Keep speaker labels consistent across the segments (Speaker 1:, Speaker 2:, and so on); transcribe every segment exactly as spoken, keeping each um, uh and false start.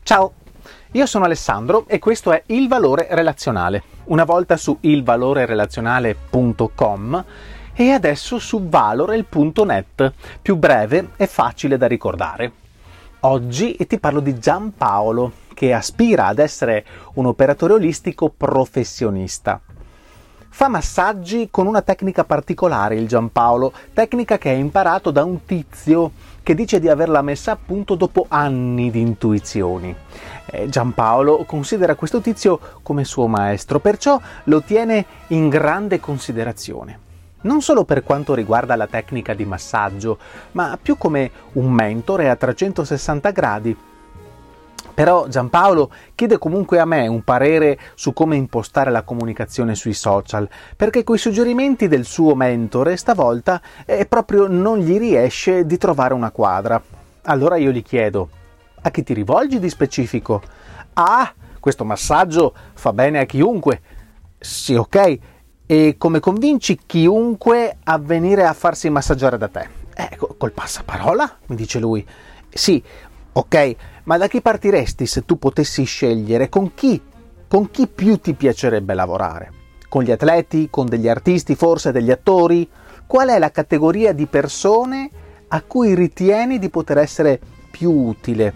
Speaker 1: Ciao, io sono Alessandro e questo è Il Valore Relazionale, una volta su il valore relazionale punto com e adesso su valorel punto net, più breve e facile da ricordare. Oggi ti parlo di Giampaolo, che aspira ad essere un operatore olistico professionista. Fa massaggi con una tecnica particolare il Giampaolo, tecnica che ha imparato da un tizio che dice di averla messa a punto dopo anni di intuizioni. Eh, Giampaolo considera questo tizio come suo maestro, perciò lo tiene in grande considerazione. Non solo per quanto riguarda la tecnica di massaggio, ma più come un mentore a trecentosessanta gradi. Però Giampaolo chiede comunque a me un parere su come impostare la comunicazione sui social, perché coi suggerimenti del suo mentore stavolta eh, proprio non gli riesce di trovare una quadra. Allora io gli chiedo: a chi ti rivolgi di specifico? Ah, questo massaggio fa bene a chiunque. Sì, ok. E come convinci chiunque a venire a farsi massaggiare da te? Eh, col passaparola? Mi dice lui. Sì, ok. Ma da chi partiresti se tu potessi scegliere? Con chi? Con chi più ti piacerebbe lavorare? Con gli atleti? Con degli artisti? Forse degli attori? Qual è la categoria di persone a cui ritieni di poter essere più utile?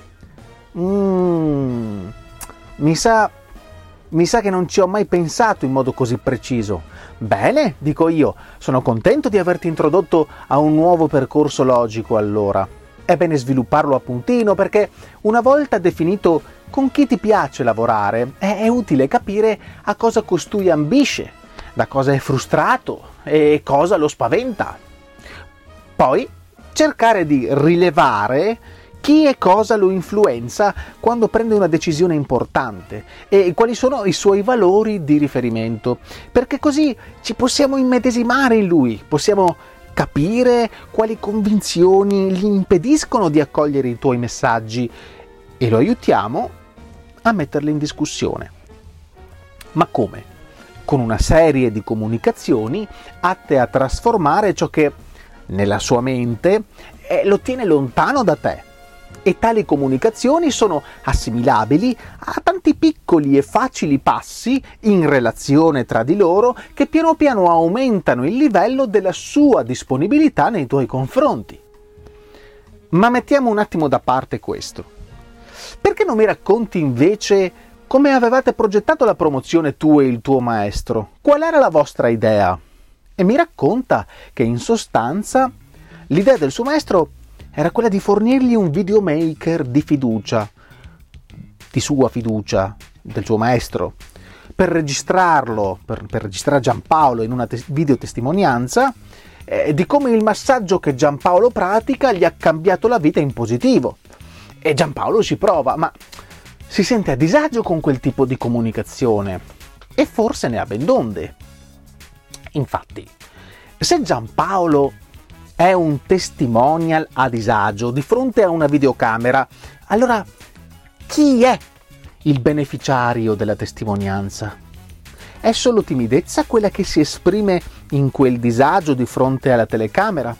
Speaker 1: Mm, mi sa, mi sa che non ci ho mai pensato in modo così preciso. Bene, dico io, sono contento di averti introdotto a un nuovo percorso logico allora. È bene svilupparlo a puntino perché una volta definito con chi ti piace lavorare è, è utile capire a cosa costui ambisce, da cosa è frustrato e cosa lo spaventa. Poi cercare di rilevare chi e cosa lo influenza quando prende una decisione importante e quali sono i suoi valori di riferimento, perché così ci possiamo immedesimare in lui, possiamo capire quali convinzioni gli impediscono di accogliere i tuoi messaggi e lo aiutiamo a metterli in discussione. Ma come? Con una serie di comunicazioni atte a trasformare ciò che nella sua mente eh, lo tiene lontano da te. E tali comunicazioni sono assimilabili a tanti piccoli e facili passi in relazione tra di loro che piano piano aumentano il livello della sua disponibilità nei tuoi confronti. Ma mettiamo un attimo da parte questo. Perché non mi racconti invece come avevate progettato la promozione tu e il tuo maestro? Qual era la vostra idea? E mi racconta che in sostanza l'idea del suo maestro era quella di fornirgli un videomaker di fiducia, di sua fiducia, del suo maestro, per registrarlo, per, per registrare Giampaolo in una te- videotestimonianza eh, di come il massaggio che Giampaolo pratica gli ha cambiato la vita in positivo. E Giampaolo ci prova, ma si sente a disagio con quel tipo di comunicazione e forse ne ha ben donde. Infatti, se Giampaolo è un testimonial a disagio di fronte a una videocamera, allora chi è il beneficiario della testimonianza? È solo timidezza quella che si esprime in quel disagio di fronte alla telecamera?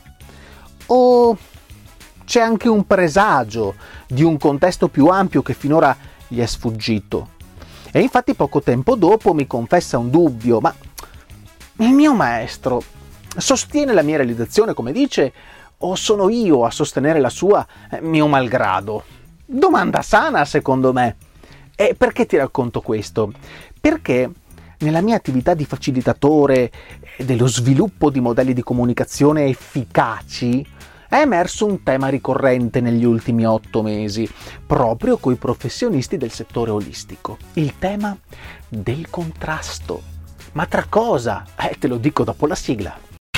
Speaker 1: O c'è anche un presagio di un contesto più ampio che finora gli è sfuggito? E infatti poco tempo dopo mi confessa un dubbio: ma il mio maestro sostiene la mia realizzazione come dice, o sono io a sostenere la sua eh, mio malgrado? Domanda sana secondo me. E perché ti racconto questo? Perché nella mia attività di facilitatore dello sviluppo di modelli di comunicazione efficaci è emerso un tema ricorrente negli ultimi otto mesi, proprio coi professionisti del settore olistico: il tema del contrasto. Ma tra cosa? Eh, te lo dico dopo la sigla.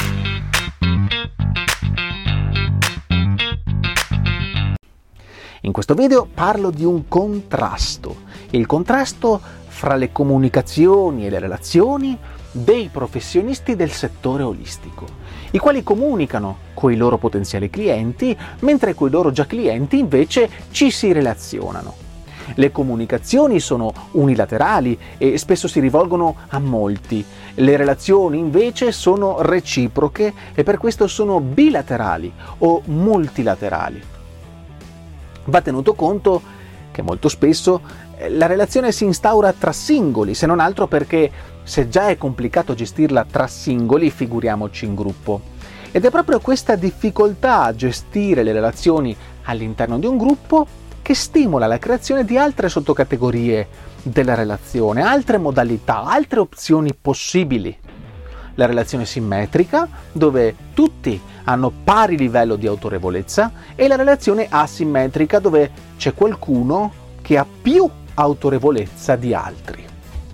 Speaker 1: In questo video parlo di un contrasto, il contrasto fra le comunicazioni e le relazioni dei professionisti del settore olistico, i quali comunicano con i loro potenziali clienti, mentre coi loro già clienti invece ci si relazionano. Le comunicazioni sono unilaterali e spesso si rivolgono a molti. Le relazioni invece sono reciproche e per questo sono bilaterali o multilaterali. Va tenuto conto che molto spesso la relazione si instaura tra singoli, se non altro perché se già è complicato gestirla tra singoli, figuriamoci in gruppo. Ed è proprio questa difficoltà a gestire le relazioni all'interno di un gruppo che stimola la creazione di altre sottocategorie della relazione, altre modalità, altre opzioni possibili. La relazione simmetrica, dove tutti hanno pari livello di autorevolezza, e la relazione asimmetrica, dove c'è qualcuno che ha più autorevolezza di altri.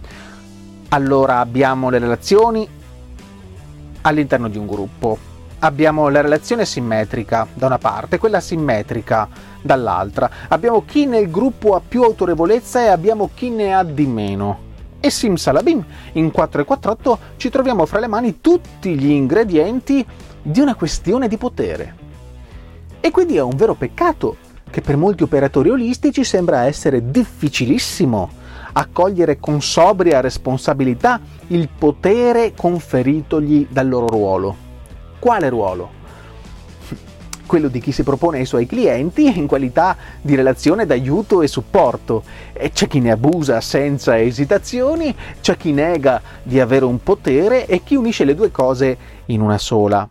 Speaker 1: Allora abbiamo le relazioni all'interno di un gruppo. Abbiamo la relazione simmetrica da una parte, quella simmetrica dall'altra. Abbiamo chi nel gruppo ha più autorevolezza e abbiamo chi ne ha di meno. E simsalabim, in quattro e quarantotto ci troviamo fra le mani tutti gli ingredienti di una questione di potere. E quindi è un vero peccato che per molti operatori olistici sembra essere difficilissimo accogliere con sobria responsabilità il potere conferitogli dal loro ruolo. Quale ruolo? Quello di chi si propone ai suoi clienti in qualità di relazione d'aiuto e supporto. E c'è chi ne abusa senza esitazioni, c'è chi nega di avere un potere e chi unisce le due cose in una sola.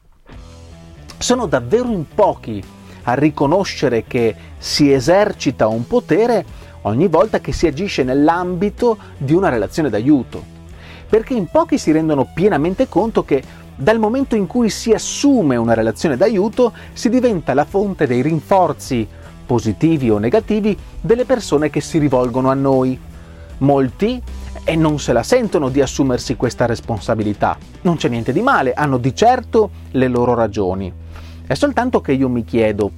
Speaker 1: Sono davvero in pochi a riconoscere che si esercita un potere ogni volta che si agisce nell'ambito di una relazione d'aiuto, perché in pochi si rendono pienamente conto che dal momento in cui si assume una relazione d'aiuto si diventa la fonte dei rinforzi, positivi o negativi, delle persone che si rivolgono a noi. Molti e non se la sentono di assumersi questa responsabilità. Non c'è niente di male, hanno di certo le loro ragioni. È soltanto che io mi chiedo,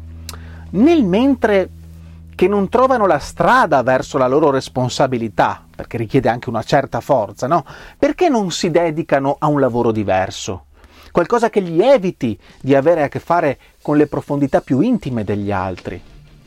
Speaker 1: nel mentre che non trovano la strada verso la loro responsabilità, perché richiede anche una certa forza, no? Perché non si dedicano a un lavoro diverso? Qualcosa che gli eviti di avere a che fare con le profondità più intime degli altri.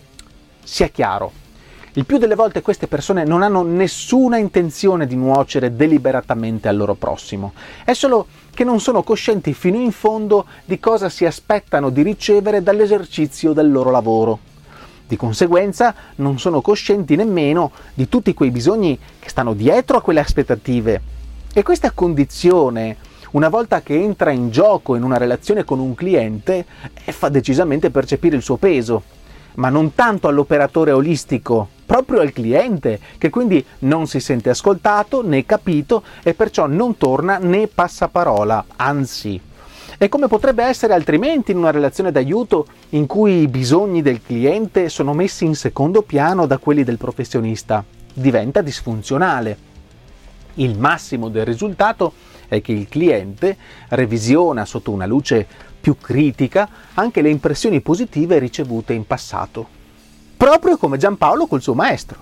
Speaker 1: Sia chiaro, il più delle volte queste persone non hanno nessuna intenzione di nuocere deliberatamente al loro prossimo. È solo che non sono coscienti fino in fondo di cosa si aspettano di ricevere dall'esercizio del loro lavoro. Di conseguenza non sono coscienti nemmeno di tutti quei bisogni che stanno dietro a quelle aspettative. E questa condizione, una volta che entra in gioco in una relazione con un cliente, fa decisamente percepire il suo peso, ma non tanto all'operatore olistico, proprio al cliente, che quindi non si sente ascoltato né capito e perciò non torna né passa parola, anzi. E come potrebbe essere altrimenti in una relazione d'aiuto in cui i bisogni del cliente sono messi in secondo piano da quelli del professionista? Diventa disfunzionale. Il massimo del risultato è che il cliente revisiona sotto una luce più critica anche le impressioni positive ricevute in passato, proprio come Giampaolo col suo maestro.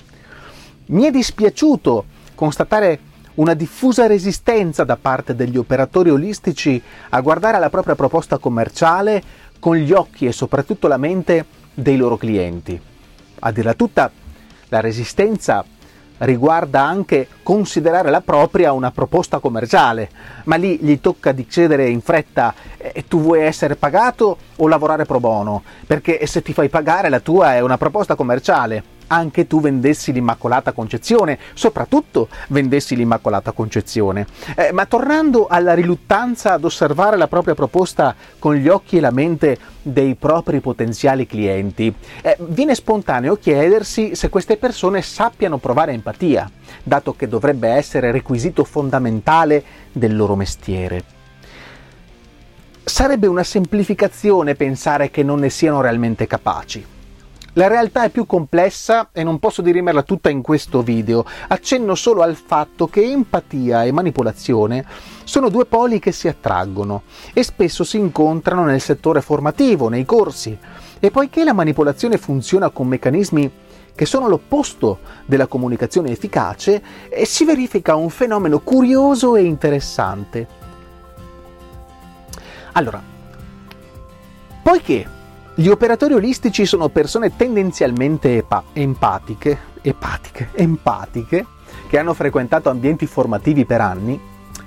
Speaker 1: Mi è dispiaciuto constatare una diffusa resistenza da parte degli operatori olistici a guardare alla propria proposta commerciale con gli occhi e soprattutto la mente dei loro clienti. A dirla tutta, la resistenza riguarda anche considerare la propria una proposta commerciale, ma lì gli tocca decidere in fretta eh, tu vuoi essere pagato o lavorare pro bono, perché se ti fai pagare la tua è una proposta commerciale. Anche tu vendessi l'Immacolata Concezione, soprattutto vendessi l'Immacolata Concezione. Eh, ma tornando alla riluttanza ad osservare la propria proposta con gli occhi e la mente dei propri potenziali clienti, eh, viene spontaneo chiedersi se queste persone sappiano provare empatia, dato che dovrebbe essere requisito fondamentale del loro mestiere. Sarebbe una semplificazione pensare che non ne siano realmente capaci. La realtà è più complessa e non posso dirimerla tutta in questo video. Accenno solo al fatto che empatia e manipolazione sono due poli che si attraggono e spesso si incontrano nel settore formativo, nei corsi. E poiché la manipolazione funziona con meccanismi che sono l'opposto della comunicazione efficace, eh, si verifica un fenomeno curioso e interessante. Allora, poiché gli operatori olistici sono persone tendenzialmente epa- empatiche, epatiche, empatiche, che hanno frequentato ambienti formativi per anni,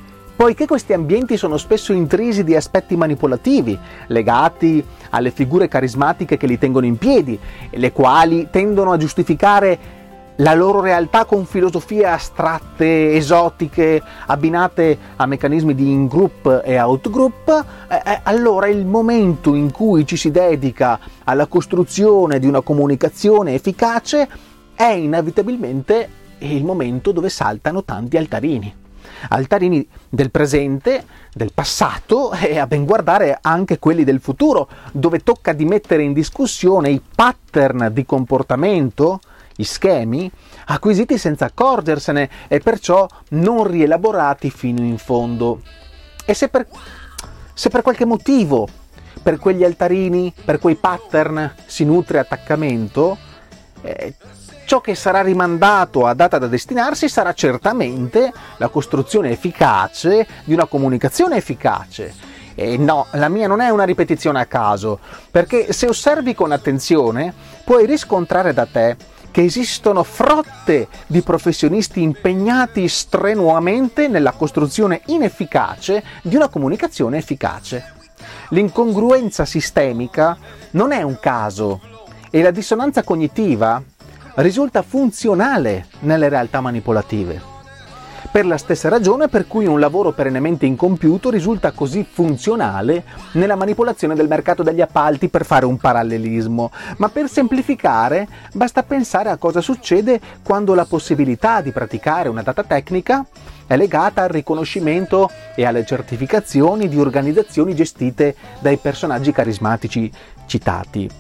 Speaker 1: poiché questi ambienti sono spesso intrisi di aspetti manipolativi, legati alle figure carismatiche che li tengono in piedi, le quali tendono a giustificare la loro realtà con filosofie astratte, esotiche, abbinate a meccanismi di in-group e out-group, eh, allora il momento in cui ci si dedica alla costruzione di una comunicazione efficace è inevitabilmente il momento dove saltano tanti altarini. Altarini del presente, del passato e a ben guardare anche quelli del futuro, dove tocca di mettere in discussione i pattern di comportamento, gli schemi, acquisiti senza accorgersene e perciò non rielaborati fino in fondo. E se per, se per qualche motivo, per quegli altarini, per quei pattern si nutre attaccamento, eh, ciò che sarà rimandato a data da destinarsi sarà certamente la costruzione efficace di una comunicazione efficace. E no, la mia non è una ripetizione a caso, perché se osservi con attenzione puoi riscontrare da te che esistono frotte di professionisti impegnati strenuamente nella costruzione inefficace di una comunicazione efficace. L'incongruenza sistemica non è un caso e la dissonanza cognitiva risulta funzionale nelle realtà manipolative. Per la stessa ragione per cui un lavoro perennemente incompiuto risulta così funzionale nella manipolazione del mercato degli appalti, per fare un parallelismo. Ma per semplificare basta pensare a cosa succede quando la possibilità di praticare una data tecnica è legata al riconoscimento e alle certificazioni di organizzazioni gestite dai personaggi carismatici citati.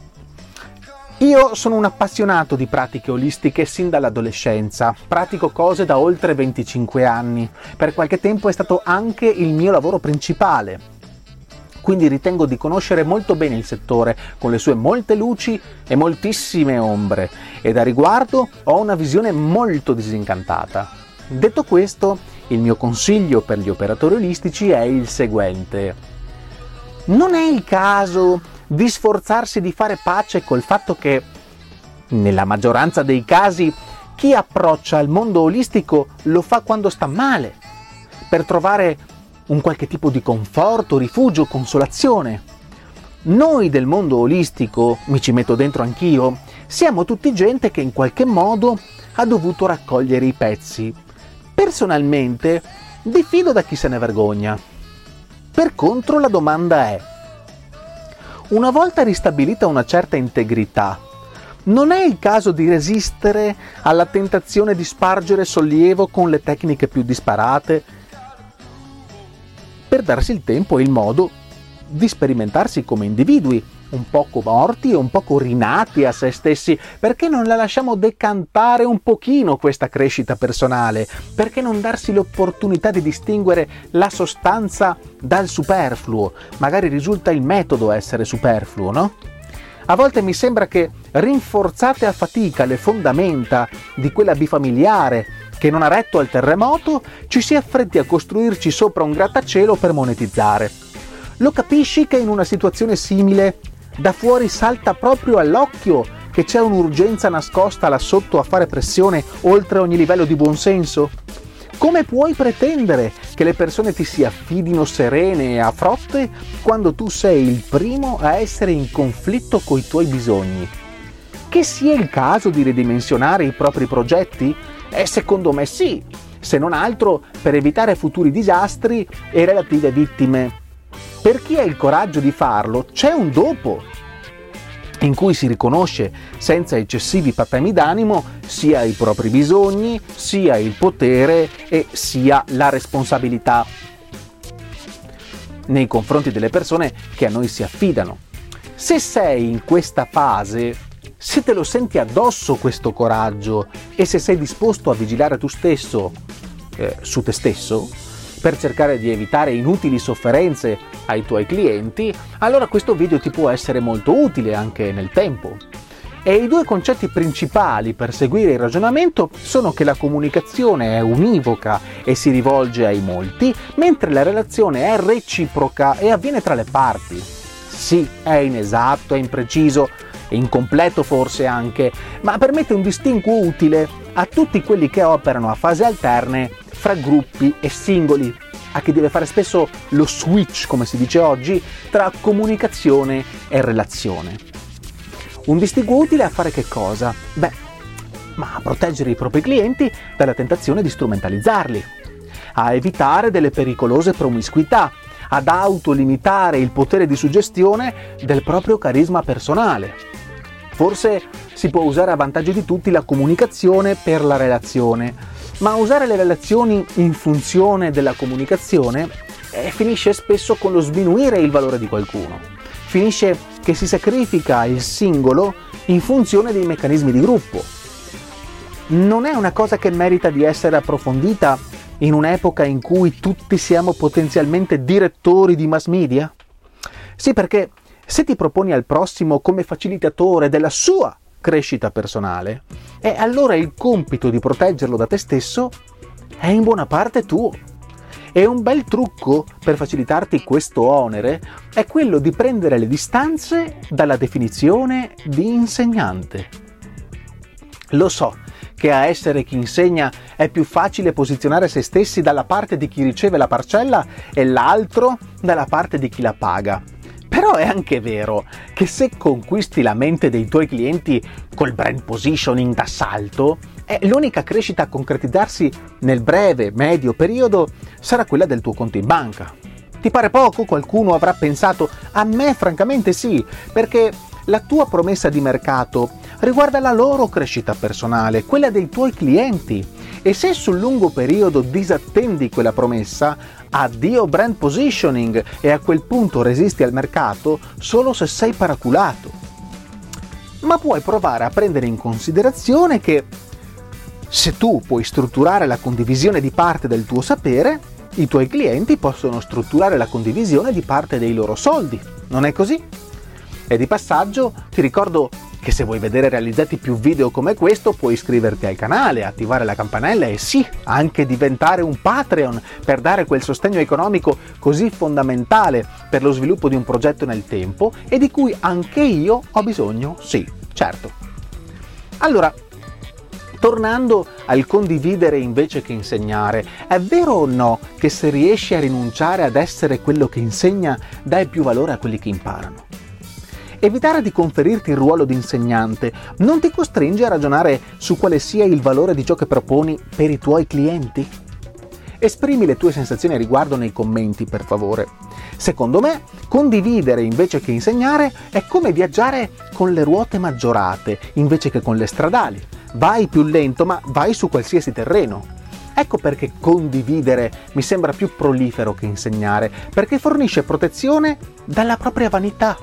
Speaker 1: Io sono un appassionato di pratiche olistiche sin dall'adolescenza, pratico cose da oltre venticinque anni, per qualche tempo è stato anche il mio lavoro principale, quindi ritengo di conoscere molto bene il settore, con le sue molte luci e moltissime ombre, e da riguardo ho una visione molto disincantata. Detto questo, il mio consiglio per gli operatori olistici è il seguente: non è il caso di sforzarsi di fare pace col fatto che, nella maggioranza dei casi, chi approccia al mondo olistico lo fa quando sta male, per trovare un qualche tipo di conforto, rifugio, consolazione. Noi del mondo olistico, mi ci metto dentro anch'io, siamo tutti gente che in qualche modo ha dovuto raccogliere i pezzi. Personalmente, diffido da chi se ne vergogna. Per contro, la domanda è: una volta ristabilita una certa integrità, non è il caso di resistere alla tentazione di spargere sollievo con le tecniche più disparate, per darsi il tempo e il modo di sperimentarsi come individui, un poco morti e un poco rinati a se stessi? Perché non la lasciamo decantare un pochino questa crescita personale? Perché non darsi l'opportunità di distinguere la sostanza dal superfluo? Magari risulta il metodo essere superfluo, no? A volte mi sembra che, rinforzate a fatica le fondamenta di quella bifamiliare che non ha retto al terremoto, ci si affretti a costruirci sopra un grattacielo per monetizzare. Lo capisci che in una situazione simile da fuori salta proprio all'occhio che c'è un'urgenza nascosta là sotto a fare pressione oltre ogni livello di buonsenso? Come puoi pretendere che le persone ti si affidino serene e a frotte quando tu sei il primo a essere in conflitto coi tuoi bisogni? Che sia il caso di ridimensionare i propri progetti? Eh, secondo me sì, se non altro per evitare futuri disastri e relative vittime. Per chi ha il coraggio di farlo, c'è un dopo, in cui si riconosce senza eccessivi patemi d'animo sia i propri bisogni, sia il potere e sia la responsabilità nei confronti delle persone che a noi si affidano. Se sei in questa fase, se te lo senti addosso questo coraggio e se sei disposto a vigilare tu stesso eh, su te stesso, per cercare di evitare inutili sofferenze ai tuoi clienti, allora questo video ti può essere molto utile anche nel tempo. E i due concetti principali per seguire il ragionamento sono che la comunicazione è univoca e si rivolge ai molti, mentre la relazione è reciproca e avviene tra le parti. Sì, è inesatto, è impreciso, è incompleto forse anche, ma permette un distinguo utile a tutti quelli che operano a fasi alterne fra gruppi e singoli. a chi deve fare spesso lo switch, come si dice oggi, tra comunicazione e relazione. Un distinguo utile a fare che cosa? Beh, ma a proteggere i propri clienti dalla tentazione di strumentalizzarli, a evitare delle pericolose promiscuità, ad autolimitare il potere di suggestione del proprio carisma personale. Forse si può usare a vantaggio di tutti la comunicazione per la relazione, ma usare le relazioni in funzione della comunicazione eh, finisce spesso con lo sminuire il valore di qualcuno. Finisce che si sacrifica il singolo in funzione dei meccanismi di gruppo. Non è una cosa che merita di essere approfondita in un'epoca in cui tutti siamo potenzialmente direttori di mass media? Sì, perché se ti proponi al prossimo come facilitatore della sua crescita personale, e allora il compito di proteggerlo da te stesso è in buona parte tuo. E un bel trucco per facilitarti questo onere è quello di prendere le distanze dalla definizione di insegnante. Lo so che a essere chi insegna è più facile posizionare se stessi dalla parte di chi riceve la parcella e l'altro dalla parte di chi la paga. Però è anche vero che se conquisti la mente dei tuoi clienti col brand positioning d'assalto, eh, l'unica crescita a concretizzarsi nel breve, medio periodo sarà quella del tuo conto in banca. Ti pare poco? Qualcuno avrà pensato: a me francamente sì, perché la tua promessa di mercato riguarda la loro crescita personale, quella dei tuoi clienti. E se sul lungo periodo disattendi quella promessa, addio brand positioning e a quel punto resisti al mercato solo se sei paraculato. Ma puoi provare a prendere in considerazione che se tu puoi strutturare la condivisione di parte del tuo sapere, i tuoi clienti possono strutturare la condivisione di parte dei loro soldi. Non è così? E di passaggio ti ricordo che se vuoi vedere realizzati più video come questo puoi iscriverti al canale, attivare la campanella e sì, anche diventare un Patreon per dare quel sostegno economico così fondamentale per lo sviluppo di un progetto nel tempo e di cui anche io ho bisogno, sì, certo. Allora, tornando al condividere invece che insegnare, è vero o no che se riesci a rinunciare ad essere quello che insegna, dai più valore a quelli che imparano? Evitare di conferirti il ruolo di insegnante non ti costringe a ragionare su quale sia il valore di ciò che proponi per i tuoi clienti? Esprimi le tue sensazioni a riguardo nei commenti, per favore. Secondo me, condividere invece che insegnare è come viaggiare con le ruote maggiorate invece che con le stradali. Vai più lento, ma vai su qualsiasi terreno. Ecco perché condividere mi sembra più prolifero che insegnare, perché fornisce protezione dalla propria vanità.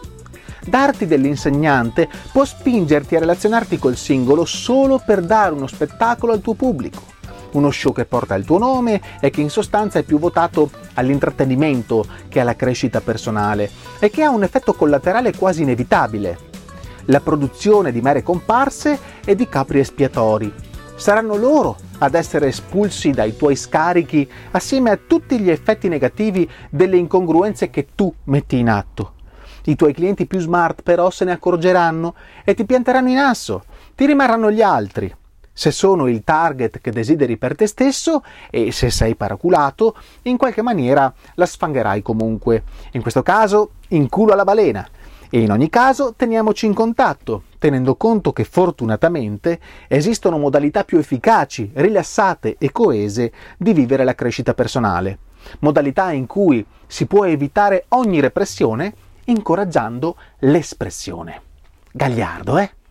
Speaker 1: Darti dell'insegnante può spingerti a relazionarti col singolo solo per dare uno spettacolo al tuo pubblico, uno show che porta il tuo nome e che in sostanza è più votato all'intrattenimento che alla crescita personale e che ha un effetto collaterale quasi inevitabile: la produzione di mere comparse e di capri espiatori. Saranno loro ad essere espulsi dai tuoi scarichi assieme a tutti gli effetti negativi delle incongruenze che tu metti in atto. I tuoi clienti più smart però se ne accorgeranno e ti pianteranno in asso, ti rimarranno gli altri. Se sono il target che desideri per te stesso e se sei paraculato, in qualche maniera la sfangherai comunque. In questo caso, in culo alla balena. E in ogni caso teniamoci in contatto, tenendo conto che fortunatamente esistono modalità più efficaci, rilassate e coese di vivere la crescita personale. Modalità in cui si può evitare ogni repressione incoraggiando l'espressione. Gagliardo, eh?